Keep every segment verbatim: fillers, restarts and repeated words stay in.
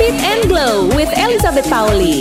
Fit and Glow with Elizabeth Pauli.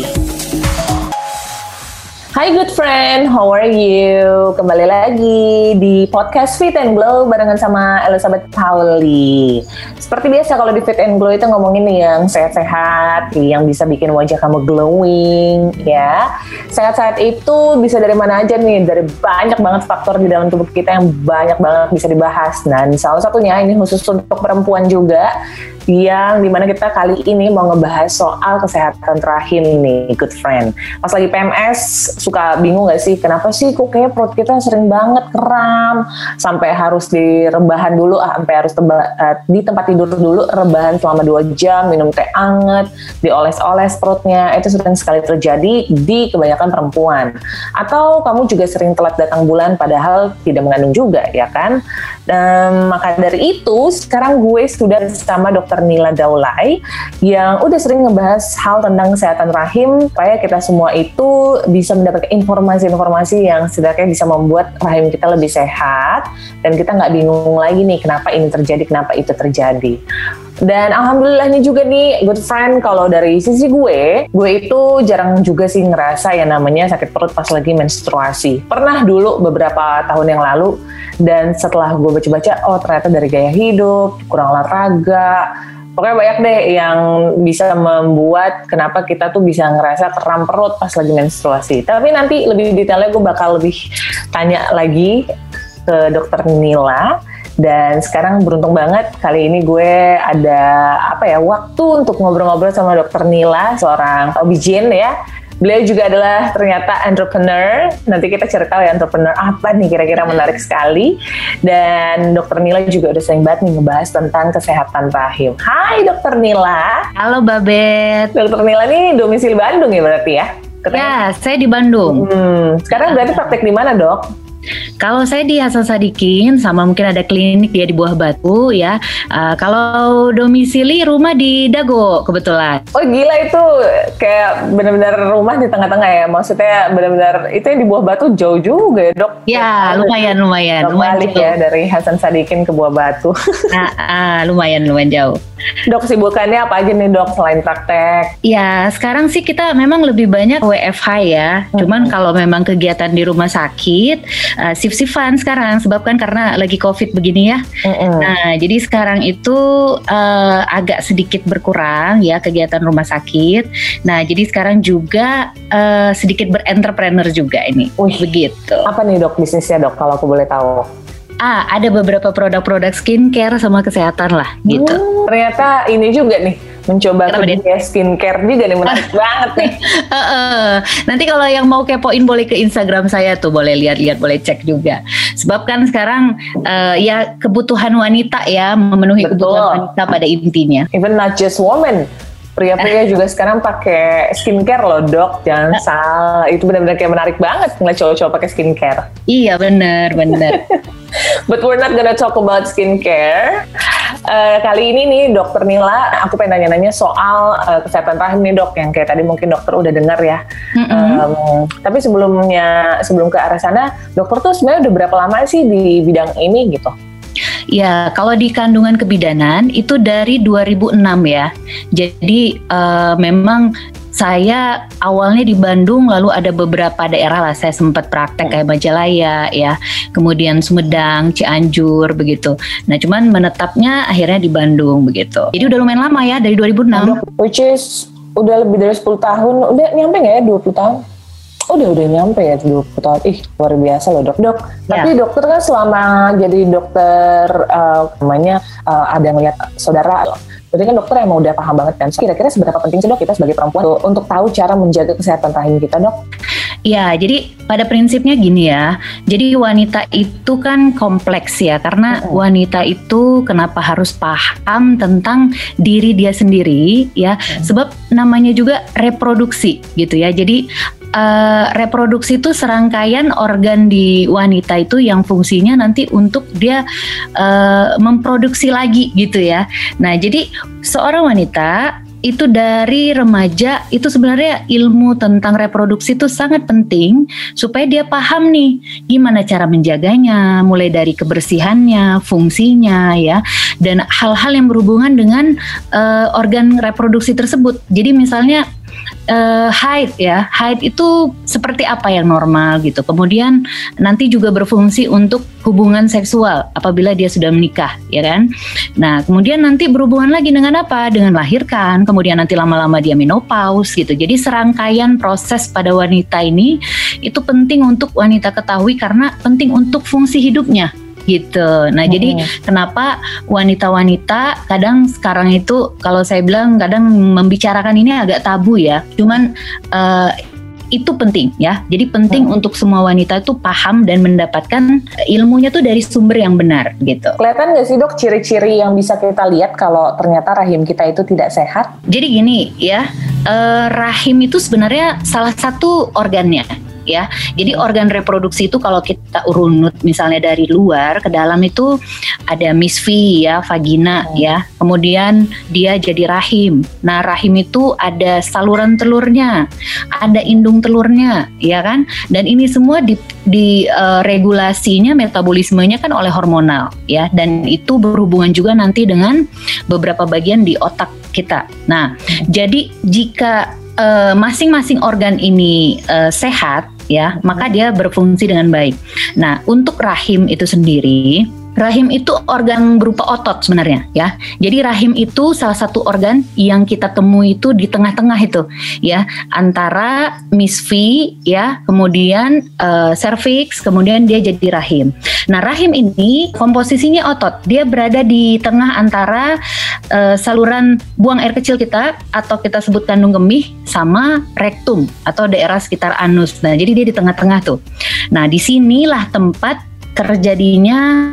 Hai good friend, how are you? Kembali lagi di podcast Fit and Glow barengan sama Elizabeth Pauli. Seperti biasa kalau di Fit and Glow itu ngomongin yang sehat-sehat, yang bisa bikin wajah kamu glowing, ya. Sehat-sehat itu bisa dari mana aja nih, dari banyak banget faktor di dalam tubuh kita yang banyak banget bisa dibahas. Dan salah satunya ini khusus untuk perempuan juga, yang dimana kita kali ini mau ngebahas soal kesehatan rahim nih, good friend. Pas lagi P M S, suka bingung gak sih, kenapa sih kok kayak perut kita sering banget kram, sampai harus direbahan dulu, sampai harus teba, uh, di tempat tidur dulu, rebahan selama dua jam, minum teh anget, dioles-oles perutnya, itu sering sekali terjadi di kebanyakan perempuan. Atau kamu juga sering telat datang bulan padahal tidak mengandung juga, ya kan? Dan maka dari itu, sekarang gue sudah bersama dokter Nila Daulay yang udah sering ngebahas hal tentang kesehatan rahim supaya kita semua itu bisa mendapatkan informasi-informasi yang setidaknya bisa membuat rahim kita lebih sehat dan kita nggak bingung lagi nih kenapa ini terjadi, kenapa itu terjadi. Dan alhamdulillahnya juga nih good friend, kalau dari sisi gue, gue itu jarang juga sih ngerasa yang namanya sakit perut pas lagi menstruasi. Pernah dulu beberapa tahun yang lalu, dan setelah gue baca-baca, oh ternyata dari gaya hidup, kurang olahraga, pokoknya banyak deh yang bisa membuat kenapa kita tuh bisa ngerasa kram perut pas lagi menstruasi. Tapi nanti lebih detailnya gue bakal lebih tanya lagi ke dokter Nila. Dan sekarang beruntung banget kali ini gue ada apa ya waktu untuk ngobrol-ngobrol sama dokter Nila, seorang O B G Y N ya. Beliau juga adalah ternyata entrepreneur. Nanti kita cari tahu ya entrepreneur apa nih kira-kira, menarik sekali. Dan dokter Nila juga udah sering banget nih ngebahas tentang kesehatan rahim. Hai dokter Nila. Halo Babet. Dokter Nila nih domisili Bandung ya berarti ya? Katanya. Ya, saya di Bandung. Hmm, sekarang berarti praktek di mana dok? Kalau saya di Hasan Sadikin, sama mungkin ada klinik dia di Buah Batu ya. Uh, kalau domisili rumah di Dago kebetulan. Oh gila, itu kayak benar-benar rumah di tengah-tengah ya. Maksudnya benar-benar itu yang di Buah Batu jauh juga ya dok? Ya lumayan lumayan. Dok lumayan balik ya dari Hasan Sadikin ke Buah Batu. Nah, uh, lumayan lumayan jauh. Dok kesibukannya apa aja nih dok selain praktek? Ya sekarang sih kita memang lebih banyak W F H ya. Hmm. Cuman kalau memang kegiatan di rumah sakit, uh, shift-shiftan sekarang sebabkan karena lagi COVID begini ya. Hmm. Nah jadi sekarang itu uh, agak sedikit berkurang ya kegiatan rumah sakit. Nah jadi sekarang juga uh, sedikit berentrepreneur juga ini. Wih, begitu. Apa nih dok bisnisnya dok kalau aku boleh tahu? Ah, ada beberapa produk-produk skincare sama kesehatan lah, gitu. Hmm, ternyata ini juga nih, mencoba dunia skincare juga nih, menarik banget nih. uh, uh. Nanti kalau yang mau kepoin boleh ke Instagram saya tuh, boleh lihat-lihat, boleh cek juga. Sebab kan sekarang uh, ya kebutuhan wanita ya, memenuhi Betul. kebutuhan wanita pada intinya. Even not just women. Pria-pria juga sekarang pakai skincare loh dok, jangan salah, itu benar-benar kayak menarik banget ngeliat cowok-cowok pakai skincare. Iya benar, benar. But we're not gonna talk about skincare. Uh, kali ini nih dokter Nila, aku pengen nanya-nanya soal uh, kesehatan rahim nih dok, yang kayak tadi mungkin dokter udah dengar ya. Mm-hmm. Um, tapi sebelumnya, sebelum ke arah sana, dokter tuh sebenarnya udah berapa lama sih di bidang ini gitu? Ya, kalau di kandungan kebidanan itu dari dua ribu enam ya. Jadi uh, memang saya awalnya di Bandung, lalu ada beberapa daerah lah saya sempat praktek kayak Majalaya ya, kemudian Sumedang, Cianjur begitu. Nah, cuman menetapnya akhirnya di Bandung begitu. Jadi udah lumayan lama ya dari dua ribu enam. Which is udah lebih dari sepuluh tahun. Udah nyampe nggak ya dua puluh tahun? Oh, udah udah nyampe ya dua puluh tahun. Ih, luar biasa loh dok. Dok, ya. Tapi dokter kan selama jadi dokter uh, namanya uh, ada ngeliat saudara. Berarti kan dokter emang udah paham banget kan. Kira-kira seberapa penting sih dok kita sebagai perempuan tuh, untuk tahu cara menjaga kesehatan rahim kita dok? Ya, jadi pada prinsipnya gini ya. Jadi wanita itu kan kompleks ya, karena mm-hmm. wanita itu kenapa harus paham tentang diri dia sendiri ya. Mm-hmm. Sebab namanya juga reproduksi gitu ya. Jadi Uh, reproduksi itu serangkaian organ di wanita itu yang fungsinya nanti untuk dia uh, memproduksi lagi gitu ya. Nah jadi seorang wanita itu dari remaja itu sebenarnya ilmu tentang reproduksi itu sangat penting supaya dia paham nih gimana cara menjaganya, mulai dari kebersihannya, fungsinya ya, dan hal-hal yang berhubungan dengan uh, organ reproduksi tersebut. Jadi misalnya Uh, haid ya, haid itu seperti apa yang normal gitu. Kemudian nanti juga berfungsi untuk hubungan seksual apabila dia sudah menikah, ya kan. Nah kemudian nanti berhubungan lagi dengan apa? Dengan melahirkan. Kemudian nanti lama-lama dia menopause gitu. Jadi serangkaian proses pada wanita ini itu penting untuk wanita ketahui karena penting untuk fungsi hidupnya. Gitu. Nah, hmm. jadi kenapa wanita-wanita kadang sekarang itu kalau saya bilang kadang membicarakan ini agak tabu ya. Cuman uh, itu penting ya. Jadi penting hmm. untuk semua wanita itu paham dan mendapatkan ilmunya tuh dari sumber yang benar gitu. Kelihatan nggak sih dok ciri-ciri yang bisa kita lihat kalau ternyata rahim kita itu tidak sehat? Jadi gini ya, uh, rahim itu sebenarnya salah satu organnya. Ya, jadi organ reproduksi itu kalau kita urunut misalnya dari luar ke dalam itu ada misfi ya, vagina hmm. ya, kemudian dia jadi rahim. Nah rahim itu ada saluran telurnya, ada indung telurnya, ya kan? Dan ini semua di, di uh, regulasinya, metabolismenya kan oleh hormonal ya, dan itu berhubungan juga nanti dengan beberapa bagian di otak kita. Nah, hmm. jadi jika uh, masing-masing organ ini uh, sehat ya, maka dia berfungsi dengan baik. Nah, untuk rahim itu sendiri, rahim itu organ berupa otot sebenarnya ya. Jadi rahim itu salah satu organ yang kita temui itu di tengah-tengah itu ya, antara misfi ya, kemudian uh, cervix, kemudian dia jadi rahim. Nah, rahim ini komposisinya otot. Dia berada di tengah antara uh, saluran buang air kecil kita atau kita sebut kandung kemih sama rektum atau daerah sekitar anus. Nah, jadi dia di tengah-tengah tuh. Nah, disinilah tempat terjadinya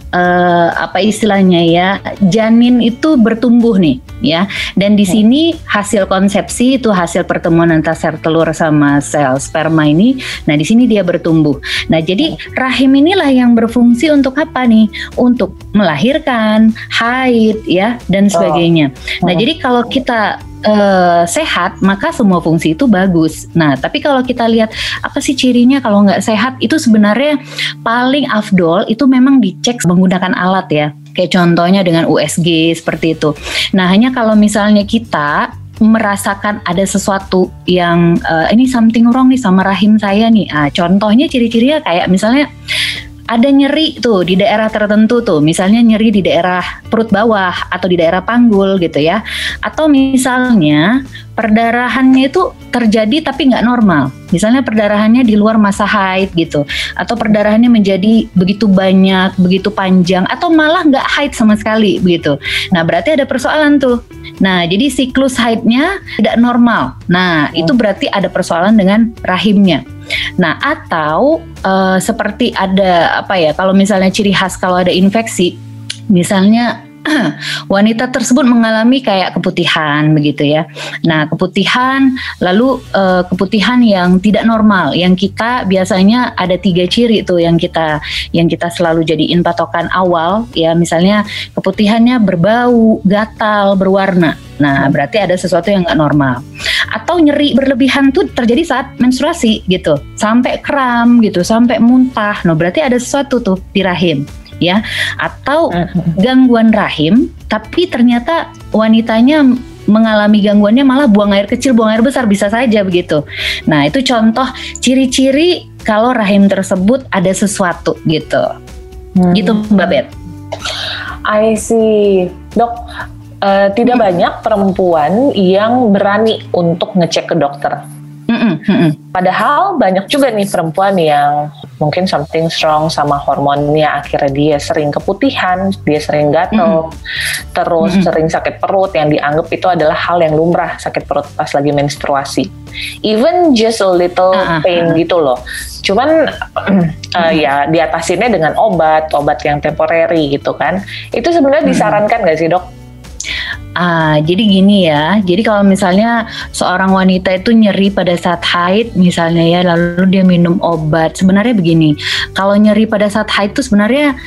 uh, apa istilahnya ya, janin itu bertumbuh nih ya, dan di sini hasil konsepsi itu hasil pertemuan antara sel telur sama sel sperma ini. Nah di sini dia bertumbuh. Nah jadi rahim inilah yang berfungsi untuk apa nih? Untuk melahirkan, haid ya dan sebagainya. Nah jadi kalau kita Uh, sehat, maka semua fungsi itu bagus. Nah, tapi kalau kita lihat apa sih cirinya kalau nggak sehat, itu sebenarnya paling afdol itu memang dicek menggunakan alat ya. Kayak contohnya dengan U S G seperti itu. Nah, hanya kalau misalnya kita merasakan ada sesuatu yang uh, ini something wrong nih sama rahim saya nih. Ah, contohnya ciri-cirinya kayak misalnya ada nyeri tuh di daerah tertentu tuh, misalnya nyeri di daerah perut bawah atau di daerah panggul gitu ya, atau misalnya perdarahannya itu terjadi tapi nggak normal, misalnya perdarahannya di luar masa haid gitu, atau perdarahannya menjadi begitu banyak, begitu panjang, atau malah nggak haid sama sekali begitu. Nah berarti ada persoalan tuh. Nah jadi siklus haidnya tidak normal. Nah itu berarti ada persoalan dengan rahimnya. Nah atau uh, seperti ada apa ya, kalau misalnya ciri khas kalau ada infeksi, misalnya wanita tersebut mengalami kayak keputihan begitu ya. Nah keputihan, lalu uh, keputihan yang tidak normal, yang kita biasanya ada tiga ciri tuh yang kita yang kita selalu jadiin patokan awal ya. Misalnya keputihannya berbau, gatal, berwarna. Nah berarti ada sesuatu yang nggak normal. Atau nyeri berlebihan tuh terjadi saat menstruasi gitu, sampai kram gitu, sampai muntah. Nah berarti ada sesuatu tuh di rahim ya. Atau gangguan rahim tapi ternyata wanitanya mengalami gangguannya malah buang air kecil, buang air besar, bisa saja begitu. Nah itu contoh ciri-ciri kalau rahim tersebut ada sesuatu gitu. hmm. Gitu Mbak Bet. I see. Dok, uh, tidak hmm. banyak perempuan yang berani untuk ngecek ke dokter. Mm-mm, mm-mm. Padahal banyak juga nih perempuan yang mungkin something strong sama hormonnya, akhirnya dia sering keputihan, dia sering gatal, mm-hmm. terus mm-hmm. sering sakit perut yang dianggap itu adalah hal yang lumrah, sakit perut pas lagi menstruasi. Even just a little uh-huh. pain gitu loh. Cuman uh, ya diatasinnya dengan obat, obat yang temporary gitu kan. Itu sebenarnya disarankan nggak sih dok? Ah, jadi gini ya. Jadi kalau misalnya seorang wanita itu nyeri pada saat haid misalnya ya, lalu dia minum obat. Sebenarnya begini, kalau nyeri pada saat haid itu sebenarnya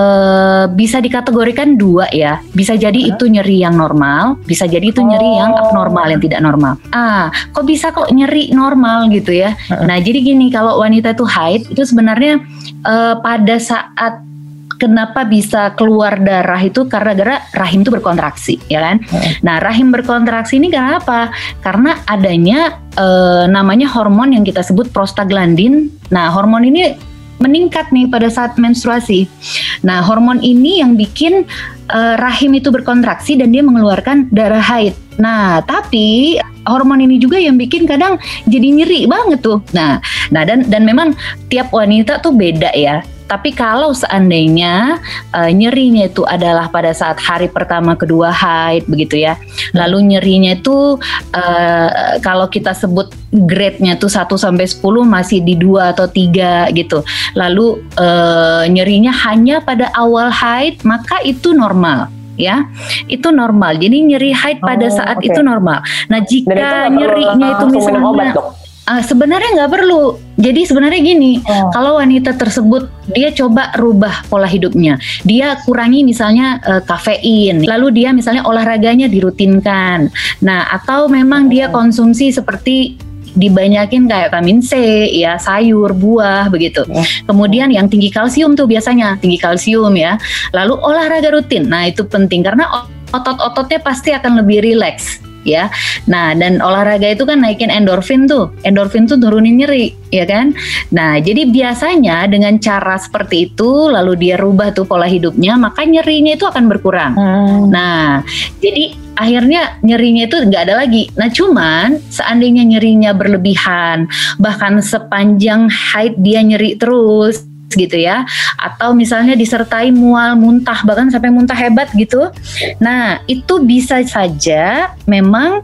eh, bisa dikategorikan dua ya. Bisa jadi itu nyeri yang normal, bisa jadi itu nyeri yang abnormal, yang tidak normal. Ah, kok bisa kok nyeri normal gitu ya? Nah, jadi gini, kalau wanita itu haid itu sebenarnya eh, pada saat kenapa bisa keluar darah itu karena gara rahim itu berkontraksi, ya kan? Nah, rahim berkontraksi ini karena apa? Karena adanya e, namanya hormon yang kita sebut prostaglandin. Nah, hormon ini meningkat nih pada saat menstruasi. Nah, hormon ini yang bikin e, rahim itu berkontraksi dan dia mengeluarkan darah haid. Nah, tapi hormon ini juga yang bikin kadang jadi nyeri banget tuh. Nah, nah dan dan memang tiap wanita tuh beda ya. Tapi kalau seandainya uh, nyerinya itu adalah pada saat hari pertama kedua haid begitu ya. Lalu nyerinya itu uh, kalau kita sebut grade-nya tuh satu sampai sepuluh masih di dua atau tiga gitu. Lalu uh, nyerinya hanya pada awal haid, maka itu normal. Ya, itu normal. Jadi nyeri haid pada oh, saat okay. itu normal. Nah, jika nyerinya itu misalnya obat, dok? Uh, sebenarnya nggak perlu. Jadi sebenarnya gini, oh. kalau wanita tersebut dia coba rubah pola hidupnya, dia kurangi misalnya uh, kafein, lalu dia misalnya olahraganya dirutinkan. Nah, atau memang oh. dia konsumsi seperti dibanyakin kayak vitamin C, ya sayur, buah begitu. Oh. Kemudian yang tinggi kalsium tuh biasanya tinggi kalsium ya. Lalu olahraga rutin. Nah, itu penting karena otot-ototnya pasti akan lebih rileks. Ya, nah dan olahraga itu kan naikin endorfin tuh, endorfin tuh turunin nyeri, ya kan? Nah jadi biasanya dengan cara seperti itu, lalu dia rubah tuh pola hidupnya, maka nyerinya itu akan berkurang. Hmm. Nah jadi akhirnya nyerinya itu nggak ada lagi. Nah cuman seandainya nyerinya berlebihan, bahkan sepanjang haid dia nyeri terus, gitu ya, atau misalnya disertai mual, muntah, bahkan sampai muntah hebat gitu. Nah itu bisa saja memang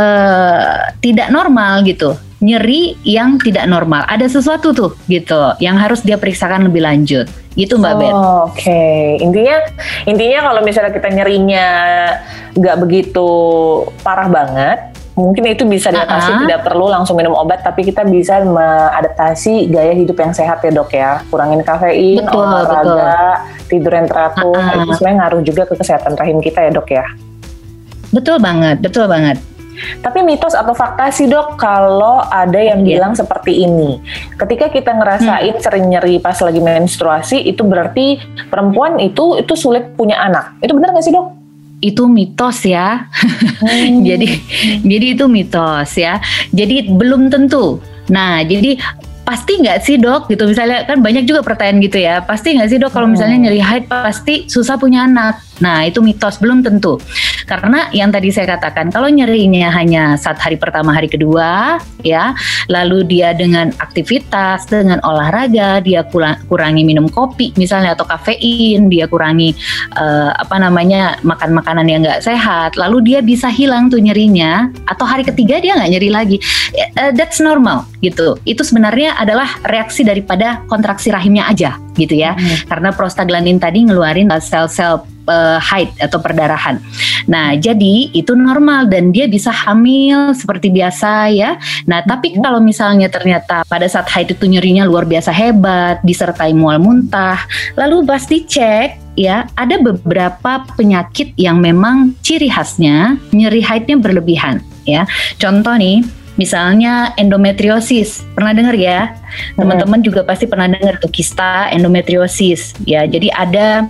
uh, tidak normal gitu, nyeri yang tidak normal. Ada sesuatu tuh gitu yang harus dia periksakan lebih lanjut gitu Mbak oh, Bet. Oke, okay. intinya intinya kalau misalnya kita nyerinya nggak begitu parah banget, mungkin itu bisa diatasi, uh-huh. tidak perlu langsung minum obat, tapi kita bisa mengadaptasi gaya hidup yang sehat ya dok ya, kurangin kafein, betul, olahraga, betul. tidur yang teratur, uh-huh. itu sebenarnya ngaruh juga ke kesehatan rahim kita ya dok ya. Betul banget, betul banget. Tapi mitos atau fakta sih dok, kalau ada yang yeah. bilang seperti ini, ketika kita ngerasain hmm. sering nyeri pas lagi menstruasi, itu berarti perempuan itu itu sulit punya anak. Itu benar nggak sih dok? Itu mitos ya. Hmm. jadi jadi itu mitos ya. Jadi belum tentu. Nah, jadi pasti nggak sih dok gitu, misalnya kan banyak juga pertanyaan gitu ya, pasti nggak sih dok kalau misalnya nyeri haid pasti susah punya anak. Nah itu mitos, belum tentu. Karena yang tadi saya katakan, kalau nyerinya hanya saat hari pertama hari kedua ya, lalu dia dengan aktivitas, dengan olahraga, dia kurangi minum kopi misalnya atau kafein, dia kurangi uh, apa namanya makan makanan yang nggak sehat, lalu dia bisa hilang tuh nyerinya, atau hari ketiga dia nggak nyeri lagi. Uh, that's normal gitu. Itu sebenarnya adalah reaksi daripada kontraksi rahimnya aja gitu ya. Hmm. Karena prostaglandin tadi ngeluarin sel-sel uh, haid atau perdarahan. Nah, jadi itu normal dan dia bisa hamil seperti biasa ya. Nah, tapi kalau misalnya ternyata pada saat haid itu nyerinya luar biasa hebat, disertai mual muntah, lalu pas dicek ya, ada beberapa penyakit yang memang ciri khasnya nyeri haidnya berlebihan ya. Contoh nih, misalnya endometriosis, pernah dengar ya? Teman-teman juga pasti pernah dengar tuh kista endometriosis ya. Jadi ada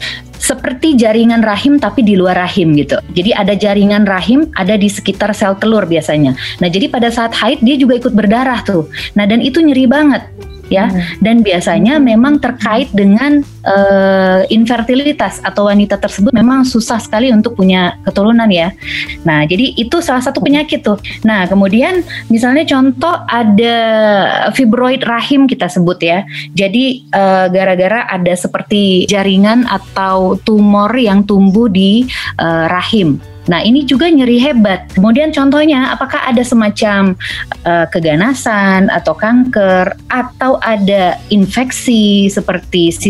seperti jaringan rahim tapi di luar rahim gitu. Jadi ada jaringan rahim ada di sekitar sel telur biasanya. Nah jadi pada saat haid dia juga ikut berdarah tuh. Nah dan itu nyeri banget ya. Dan biasanya memang terkait dengan uh, infertilitas atau wanita tersebut memang susah sekali untuk punya keturunan ya. Nah jadi itu salah satu penyakit tuh. Nah kemudian misalnya contoh ada fibroid rahim kita sebut ya. Jadi uh, gara-gara ada seperti jaringan atau tumor yang tumbuh di uh, rahim. Nah ini juga nyeri hebat. Kemudian contohnya apakah ada semacam uh, keganasan atau kanker atau ada infeksi seperti sistitis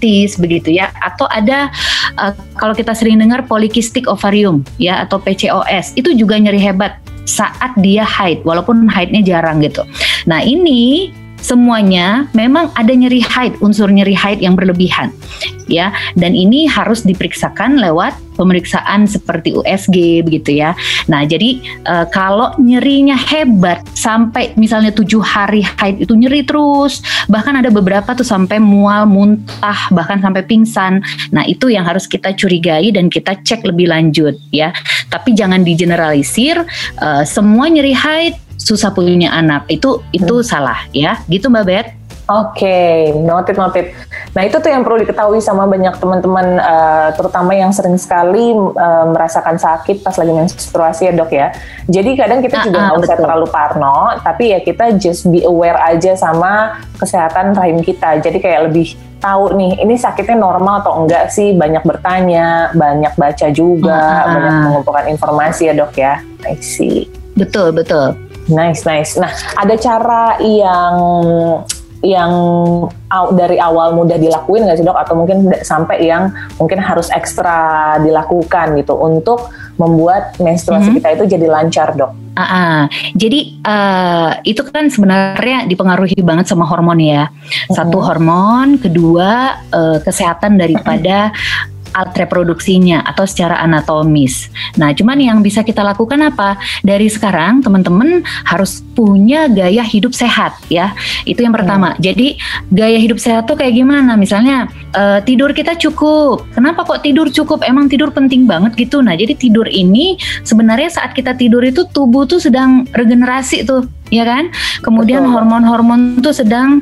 polikistis begitu ya, atau ada uh, kalau kita sering dengar polycystic ovarium ya atau P C O S, itu juga nyeri hebat saat dia haid walaupun haidnya jarang gitu. Nah ini semuanya memang ada nyeri haid, unsur nyeri haid yang berlebihan ya, dan ini harus diperiksakan lewat pemeriksaan seperti U S G begitu ya. Nah jadi e, kalau nyerinya hebat sampai misalnya tujuh hari haid itu nyeri terus, bahkan ada beberapa tuh sampai mual, muntah, bahkan sampai pingsan. Nah itu yang harus kita curigai dan kita cek lebih lanjut ya. Tapi jangan digeneralisir e, semua nyeri haid susah punya anak, itu itu hmm. salah ya, gitu Mbak Bet. Oke, okay, noted noted. Nah itu tuh yang perlu diketahui sama banyak teman-teman, uh, terutama yang sering sekali uh, merasakan sakit pas lagi menstruasi ya dok ya. Jadi kadang kita juga nggak uh, uh, usah terlalu parno, tapi ya kita just be aware aja sama kesehatan rahim kita. Jadi kayak lebih tahu nih, ini sakitnya normal atau enggak sih, banyak bertanya, banyak baca juga, uh, uh. banyak mengumpulkan informasi ya dok ya. I see. Betul betul. Nice, nice. Nah, ada cara yang yang aw, dari awal mudah dilakuin nggak sih dok? Atau mungkin sampai yang mungkin harus ekstra dilakukan gitu untuk membuat menstruasi mm-hmm. kita itu jadi lancar dok? Uh-uh. Jadi uh, itu kan sebenarnya dipengaruhi banget sama hormon ya. Satu mm-hmm. hormon, kedua uh, kesehatan daripada alat reproduksinya atau secara anatomis. Nah, cuman yang bisa kita lakukan apa? Dari sekarang teman-teman harus punya gaya hidup sehat ya. Itu yang pertama. Hmm. Jadi gaya hidup sehat tuh kayak gimana? Misalnya uh, tidur kita cukup. Kenapa kok tidur cukup? Emang tidur penting banget gitu. Nah, jadi tidur ini sebenarnya saat kita tidur itu tubuh tuh sedang regenerasi tuh, ya kan? Kemudian betul. Hormon-hormon tuh sedang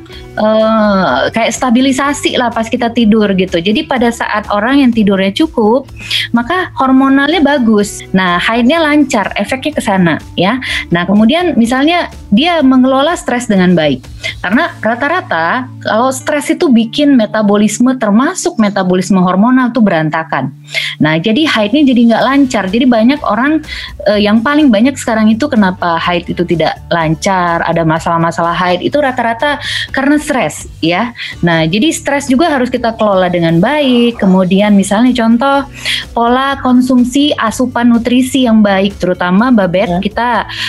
uh, kayak stabilisasi lah pas kita tidur gitu. Jadi pada saat orang yang tidurnya cukup, maka hormonalnya bagus. Nah, haidnya lancar, efeknya ke sana ya. Nah, kemudian misalnya dia mengelola stres dengan baik. Karena rata-rata kalau stres itu bikin metabolisme termasuk metabolisme hormonal tuh berantakan. Nah, jadi haidnya jadi nggak lancar. Jadi banyak orang uh, yang paling banyak sekarang itu kenapa haid itu tidak lancar, ada masalah-masalah haid itu rata-rata karena stres ya. Nah, jadi stres juga harus kita kelola dengan baik. Kemudian misalnya contoh pola konsumsi asupan nutrisi yang baik, terutama Babet ya. Kita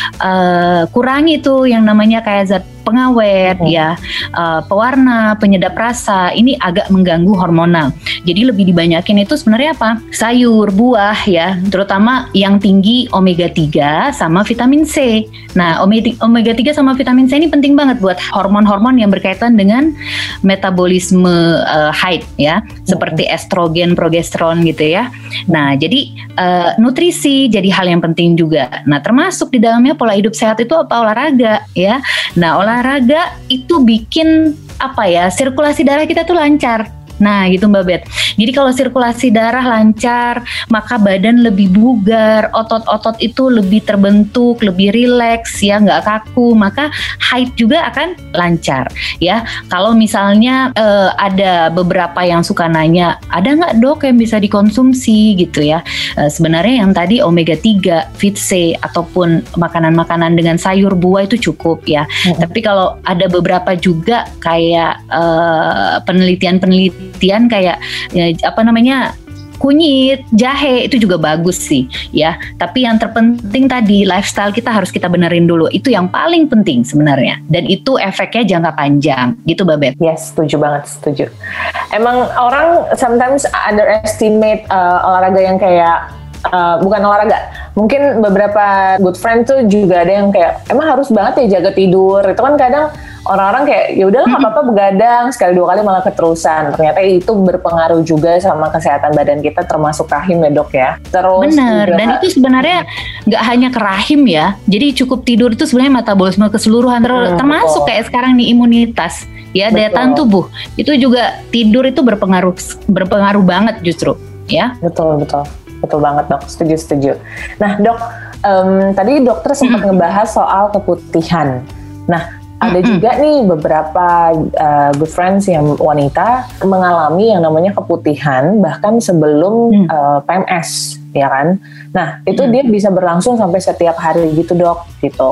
uh, kurangi tuh yang namanya kayak zat pengawet oh. ya, uh, pewarna, penyedap rasa, ini agak mengganggu hormonal. Jadi lebih dibanyakin itu sebenarnya apa? Sayur, buah ya, terutama yang tinggi omega tiga sama vitamin C. Nah, omega tiga sama vitamin C ini penting banget buat hormon-hormon yang berkaitan dengan metabolisme uh, haid ya, seperti estrogen, progesteron gitu ya. Nah, jadi uh, nutrisi jadi hal yang penting juga. Nah, termasuk di dalamnya pola hidup sehat itu apa? Olahraga ya. Nah, olahraga Olahraga itu bikin apa ya, sirkulasi darah kita tuh lancar. Nah gitu Mbak Bet. Jadi kalau sirkulasi darah lancar, maka badan lebih bugar, otot-otot itu lebih terbentuk, lebih rileks ya, nggak kaku, maka haid juga akan lancar ya. Kalau misalnya eh, ada beberapa yang suka nanya, ada nggak dok yang bisa dikonsumsi gitu ya. Eh, sebenarnya yang tadi omega tiga, vit C ataupun makanan-makanan dengan sayur buah itu cukup ya. Mm-hmm. Tapi kalau ada beberapa juga kayak eh, penelitian-penelitian kayak ya, apa namanya kunyit, jahe itu juga bagus sih ya. Tapi yang terpenting tadi lifestyle kita harus kita benerin dulu. Itu yang paling penting sebenarnya. Dan itu efeknya jangka panjang gitu Babet. Yes, setuju banget, setuju. Emang orang sometimes underestimate uh, olahraga yang kayak Uh, bukan olahraga, mungkin beberapa good friend tuh juga ada yang kayak emang harus banget ya jaga tidur. Itu kan kadang orang-orang kayak ya udahlah nggak apa-apa begadang sekali dua kali malah keterusan. Ternyata itu berpengaruh juga sama kesehatan badan kita termasuk rahim ya dok ya. Terus bener juga, dan itu sebenarnya nggak hanya ke rahim ya. Jadi cukup tidur itu sebenarnya metabolisme keseluruhan ter- hmm, termasuk betul. Kayak sekarang nih imunitas ya, betul. Daya tahan tubuh itu juga tidur itu berpengaruh berpengaruh banget justru ya. Betul betul. Betul banget dok, setuju setuju. Nah dok, um, tadi dokter sempat mm-hmm. ngebahas soal keputihan. Nah ada mm-hmm. juga nih beberapa uh, good friends yang wanita mengalami yang namanya keputihan bahkan sebelum mm. uh, P M S, ya kan? Nah itu mm. dia bisa berlangsung sampai setiap hari gitu dok, gitu.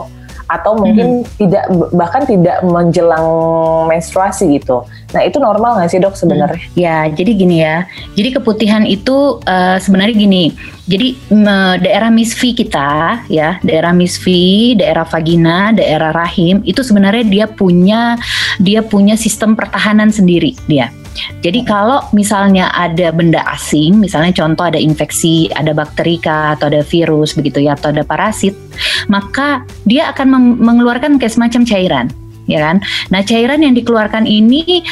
atau mungkin hmm. tidak bahkan tidak menjelang menstruasi gitu. Nah itu normal nggak sih dok sebenarnya? Hmm. Ya jadi gini ya, jadi keputihan itu uh, sebenarnya gini. Jadi uh, daerah misfi kita ya, daerah misfi, daerah vagina, daerah rahim itu sebenarnya dia punya dia punya sistem pertahanan sendiri dia. Jadi kalau misalnya ada benda asing, misalnya contoh ada infeksi, ada bakteri kah, atau ada virus begitu ya, atau ada parasit, maka dia akan meng- mengeluarkan kayak semacam cairan, ya kan? Nah cairan yang dikeluarkan ini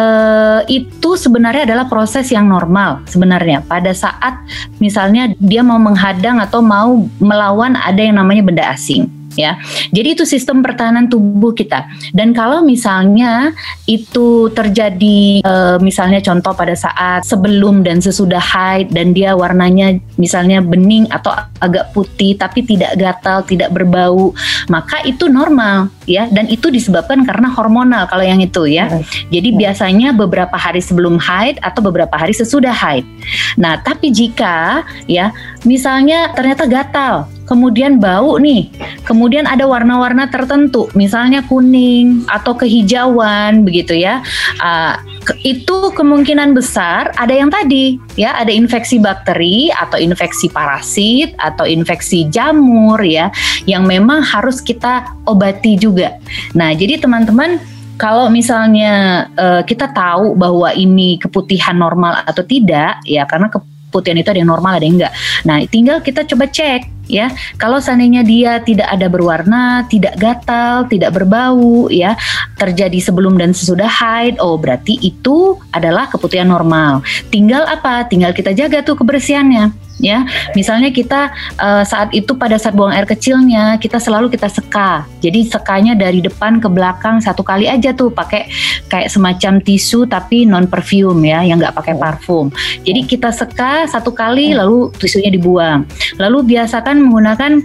uh, itu sebenarnya adalah proses yang normal sebenarnya pada saat misalnya dia mau menghadang atau mau melawan ada yang namanya benda asing. Ya, jadi itu sistem pertahanan tubuh kita. Dan kalau misalnya itu terjadi, e, misalnya contoh pada saat sebelum dan sesudah haid dan dia warnanya misalnya bening atau agak putih tapi tidak gatal, tidak berbau, maka itu normal ya. Dan itu disebabkan karena hormonal kalau yang itu ya. Jadi biasanya beberapa hari sebelum haid atau beberapa hari sesudah haid. Nah, tapi jika ya misalnya ternyata gatal, kemudian bau nih, kemudian ada warna-warna tertentu, misalnya kuning atau kehijauan begitu ya, uh, ke- itu kemungkinan besar ada yang tadi ya, ada infeksi bakteri atau infeksi parasit atau infeksi jamur ya, yang memang harus kita obati juga. Nah jadi teman-teman, kalau misalnya uh, kita tahu bahwa ini keputihan normal atau tidak ya, karena keputihan itu ada yang normal ada yang enggak. Nah tinggal kita coba cek ya, kalau seandainya dia tidak ada berwarna, tidak gatal, tidak berbau ya, terjadi sebelum dan sesudah haid, oh berarti itu adalah keputihan normal. Tinggal apa? Tinggal kita jaga tuh kebersihannya ya. Misalnya kita uh, saat itu pada saat buang air kecilnya kita selalu kita seka. Jadi sekanya dari depan ke belakang satu kali aja tuh, pakai kayak semacam tisu tapi non perfume ya, yang nggak pakai parfum. Jadi kita seka satu kali lalu tisunya dibuang. Lalu biasakan menggunakan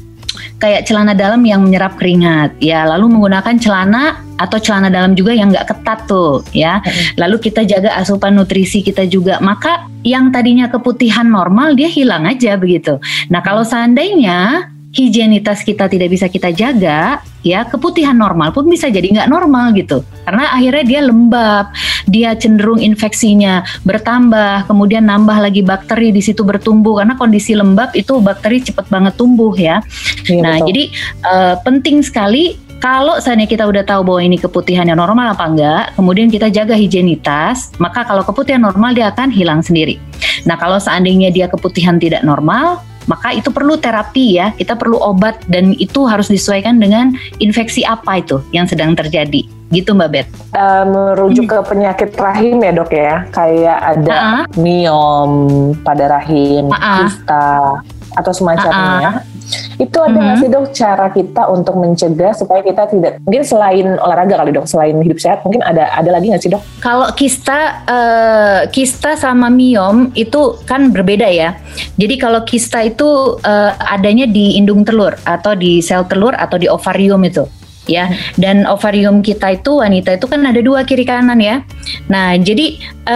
kayak celana dalam yang menyerap keringat ya, lalu menggunakan celana atau celana dalam juga yang nggak ketat tuh ya. Lalu kita jaga asupan nutrisi kita juga, maka yang tadinya keputihan normal dia hilang aja begitu. Nah kalau seandainya higienitas kita tidak bisa kita jaga ya, keputihan normal pun bisa jadi nggak normal gitu, karena akhirnya dia lembab, dia cenderung infeksinya bertambah, kemudian nambah lagi bakteri di situ bertumbuh, karena kondisi lembab itu bakteri cepat banget tumbuh ya. Ya nah betul. Jadi uh, penting sekali kalau seandainya kita udah tahu bahwa ini keputihan yang normal apa enggak, kemudian kita jaga higienitas, maka kalau keputihan normal dia akan hilang sendiri. Nah kalau seandainya dia keputihan tidak normal, maka itu perlu terapi ya, kita perlu obat, dan itu harus disesuaikan dengan infeksi apa itu yang sedang terjadi. Gitu Mbak Bet. Uh, merujuk hmm. ke penyakit rahim ya dok ya, kayak ada uh-uh. miom pada rahim, uh-uh. kista atau semacamnya. Uh-uh. Itu ada nggak mm-hmm. sih dok cara kita untuk mencegah supaya kita tidak, mungkin selain olahraga kali dok, selain hidup sehat, mungkin ada ada lagi nggak sih dok? Kalau kista, uh, kista sama miom itu kan berbeda ya. Jadi kalau kista itu uh, adanya di indung telur atau di sel telur atau di ovarium itu. Ya, dan ovarium kita itu wanita itu kan ada dua kiri kanan ya. Nah, jadi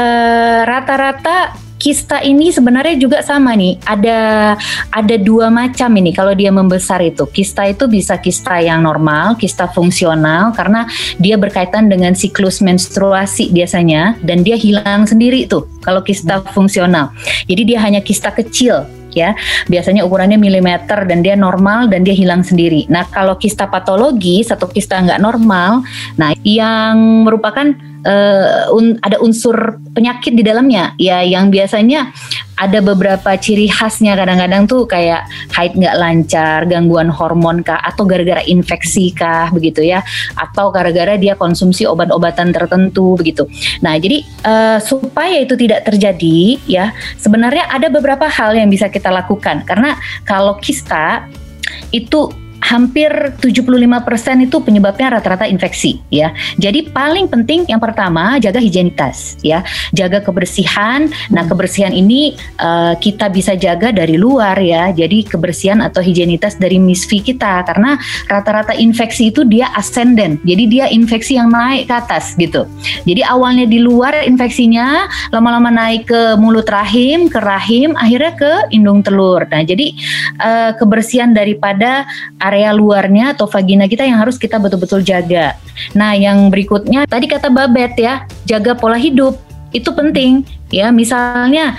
uh, rata-rata kista ini sebenarnya juga sama nih, ada ada dua macam ini kalau dia membesar itu. Kista itu bisa kista yang normal, kista fungsional, karena dia berkaitan dengan siklus menstruasi biasanya, dan dia hilang sendiri tuh kalau kista fungsional. Jadi dia hanya kista kecil ya, biasanya ukurannya milimeter dan dia normal dan dia hilang sendiri. Nah kalau kista patologis atau kista nggak normal, nah yang merupakan uh, un, ada unsur penyakit di dalamnya ya, yang biasanya ada beberapa ciri khasnya, kadang-kadang tuh kayak haid nggak lancar, gangguan hormon kah, atau gara-gara infeksi kah begitu ya, atau gara-gara dia konsumsi obat-obatan tertentu begitu. Nah jadi uh, supaya itu tidak terjadi ya, sebenarnya ada beberapa hal yang bisa kita lakukan, karena kalau kista itu hampir tujuh puluh lima persen itu penyebabnya rata-rata infeksi ya. Jadi paling penting yang pertama jaga higienitas ya, jaga kebersihan. Nah kebersihan ini uh, kita bisa jaga dari luar ya. Jadi kebersihan atau higienitas dari misfi kita, karena rata-rata infeksi itu dia ascendant. Jadi dia infeksi yang naik ke atas gitu. Jadi awalnya di luar infeksinya, lama-lama naik ke mulut rahim, ke rahim, akhirnya ke indung telur. Nah jadi uh, kebersihan daripada area area luarnya atau vagina kita yang harus kita betul-betul jaga. Nah, yang berikutnya tadi kata Babet ya, jaga pola hidup. Itu penting ya, misalnya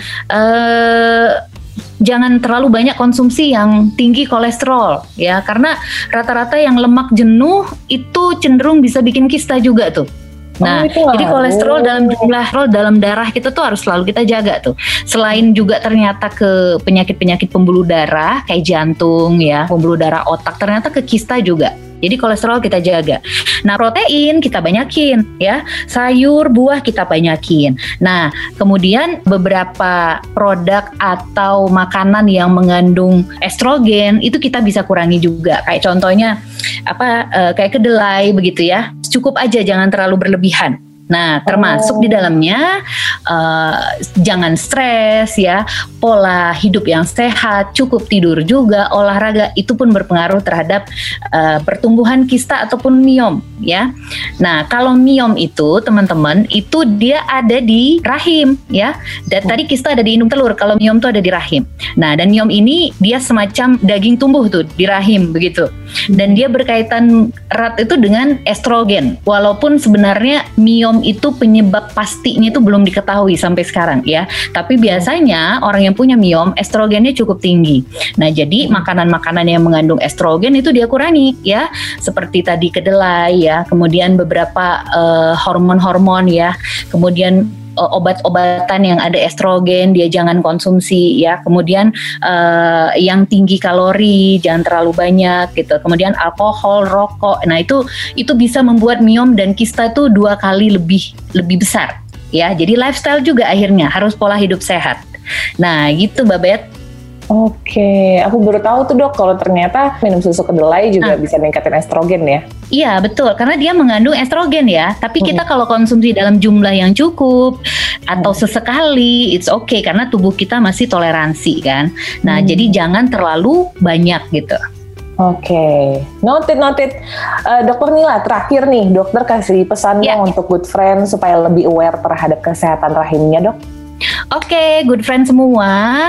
eh, jangan terlalu banyak konsumsi yang tinggi kolesterol ya, karena rata-rata yang lemak jenuh itu cenderung bisa bikin kista juga tuh. Nah, oh, jadi kolesterol dalam jumlah dalam darah kita tuh harus selalu kita jaga tuh. Selain juga ternyata ke penyakit-penyakit pembuluh darah kayak jantung ya, pembuluh darah otak, ternyata ke kista juga. Jadi kolesterol kita jaga. Nah, protein kita banyakin ya. Sayur, buah kita banyakin. Nah, kemudian beberapa produk atau makanan yang mengandung estrogen itu kita bisa kurangi juga. Kayak contohnya apa e, kayak kedelai begitu ya. Cukup aja, jangan terlalu berlebihan. Nah, termasuk oh. di dalamnya uh, jangan stres ya, pola hidup yang sehat, cukup tidur juga, olahraga itu pun berpengaruh terhadap uh, pertumbuhan kista ataupun miom ya. Nah, kalau miom itu teman-teman itu dia ada di rahim ya. Dan tadi kista ada di indung telur, kalau miom itu ada di rahim. Nah, dan miom ini dia semacam daging tumbuh tuh di rahim begitu. Dan dia berkaitan erat itu dengan estrogen. Walaupun sebenarnya miom itu penyebab pastinya itu belum diketahui sampai sekarang ya. Tapi biasanya orang yang punya miom estrogennya cukup tinggi. Nah, jadi makanan-makanan yang mengandung estrogen itu dia kurangi ya. Seperti tadi kedelai ya, kemudian beberapa uh, hormon-hormon ya. Kemudian obat-obatan yang ada estrogen dia jangan konsumsi ya. Kemudian uh, yang tinggi kalori jangan terlalu banyak gitu. Kemudian alkohol, rokok. Nah, itu itu bisa membuat miom dan kista itu dua kali lebih lebih besar ya. Jadi lifestyle juga akhirnya harus pola hidup sehat. Nah, gitu Babet. Oke, aku baru tahu tuh Dok kalau ternyata minum susu kedelai juga ah. bisa meningkatin estrogen ya. Iya betul, karena dia mengandung estrogen ya. Tapi hmm. kita kalau konsumsi dalam jumlah yang cukup atau hmm. sesekali, it's okay karena tubuh kita masih toleransi kan. Nah, hmm. jadi jangan terlalu banyak gitu. Oke, okay. noted noted. Uh, Dokter Nila, terakhir nih, dokter kasih pesan yeah. dong untuk good friend supaya lebih aware terhadap kesehatan rahimnya, Dok. Oke, okay, good friend semua.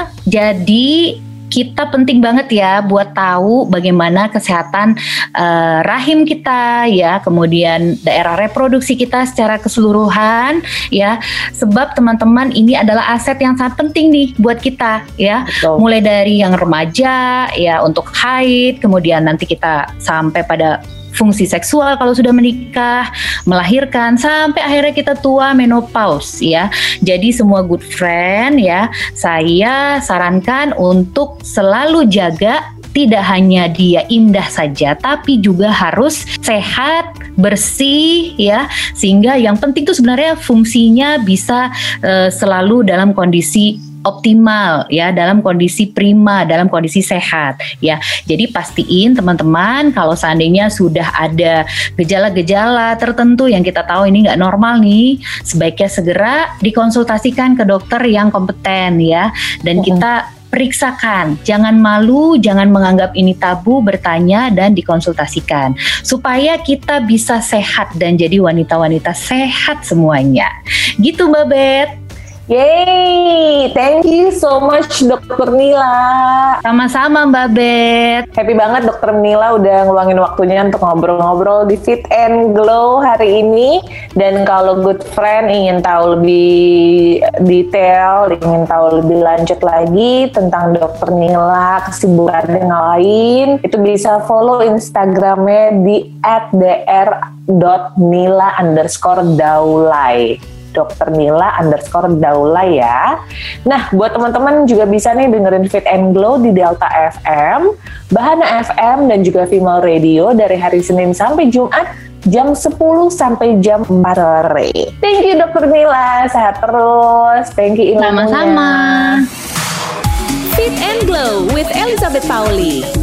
Jadi kita penting banget ya buat tahu bagaimana kesehatan uh, rahim kita ya, kemudian daerah reproduksi kita secara keseluruhan ya. Sebab teman-teman ini adalah aset yang sangat penting nih buat kita ya. Betul. Mulai dari yang remaja ya untuk haid, kemudian nanti kita sampai pada fungsi seksual kalau sudah menikah, melahirkan, sampai akhirnya kita tua menopause ya. Jadi semua good friend ya, saya sarankan untuk selalu jaga tidak hanya dia indah saja, tapi juga harus sehat, bersih ya, sehingga yang penting itu sebenarnya fungsinya bisa uh, selalu dalam kondisi optimal ya, dalam kondisi prima, dalam kondisi sehat ya. Jadi pastiin teman-teman kalau seandainya sudah ada gejala-gejala tertentu yang kita tahu ini nggak normal nih, sebaiknya segera dikonsultasikan ke dokter yang kompeten ya. Dan mm-hmm. kita periksakan, jangan malu, jangan menganggap ini tabu, bertanya dan dikonsultasikan supaya kita bisa sehat dan jadi wanita-wanita sehat semuanya. Gitu Mbak Bet. Yeay, thank you so much Dokter Nila. Sama-sama Mbak Bet. Happy banget Dokter Nila udah ngeluangin waktunya untuk ngobrol-ngobrol di Fit and Glow hari ini. Dan kalau good friend ingin tahu lebih detail, ingin tahu lebih lanjut lagi tentang Dokter Nila, kesibukan yang lain, itu bisa follow Instagramnya di at dr dot nila underscore daulay. Dokter Nila underscore Daulay ya. Nah, buat teman-teman juga bisa nih dengerin Fit and Glow di Delta F M, Bahana F M, dan juga Female Radio dari hari Senin sampai Jumat jam sepuluh sampai jam empat sore. Thank you Dokter Nila, sehat terus. Thank you ilmunya. Sama-sama. Fit and Glow with Elizabeth Pauli.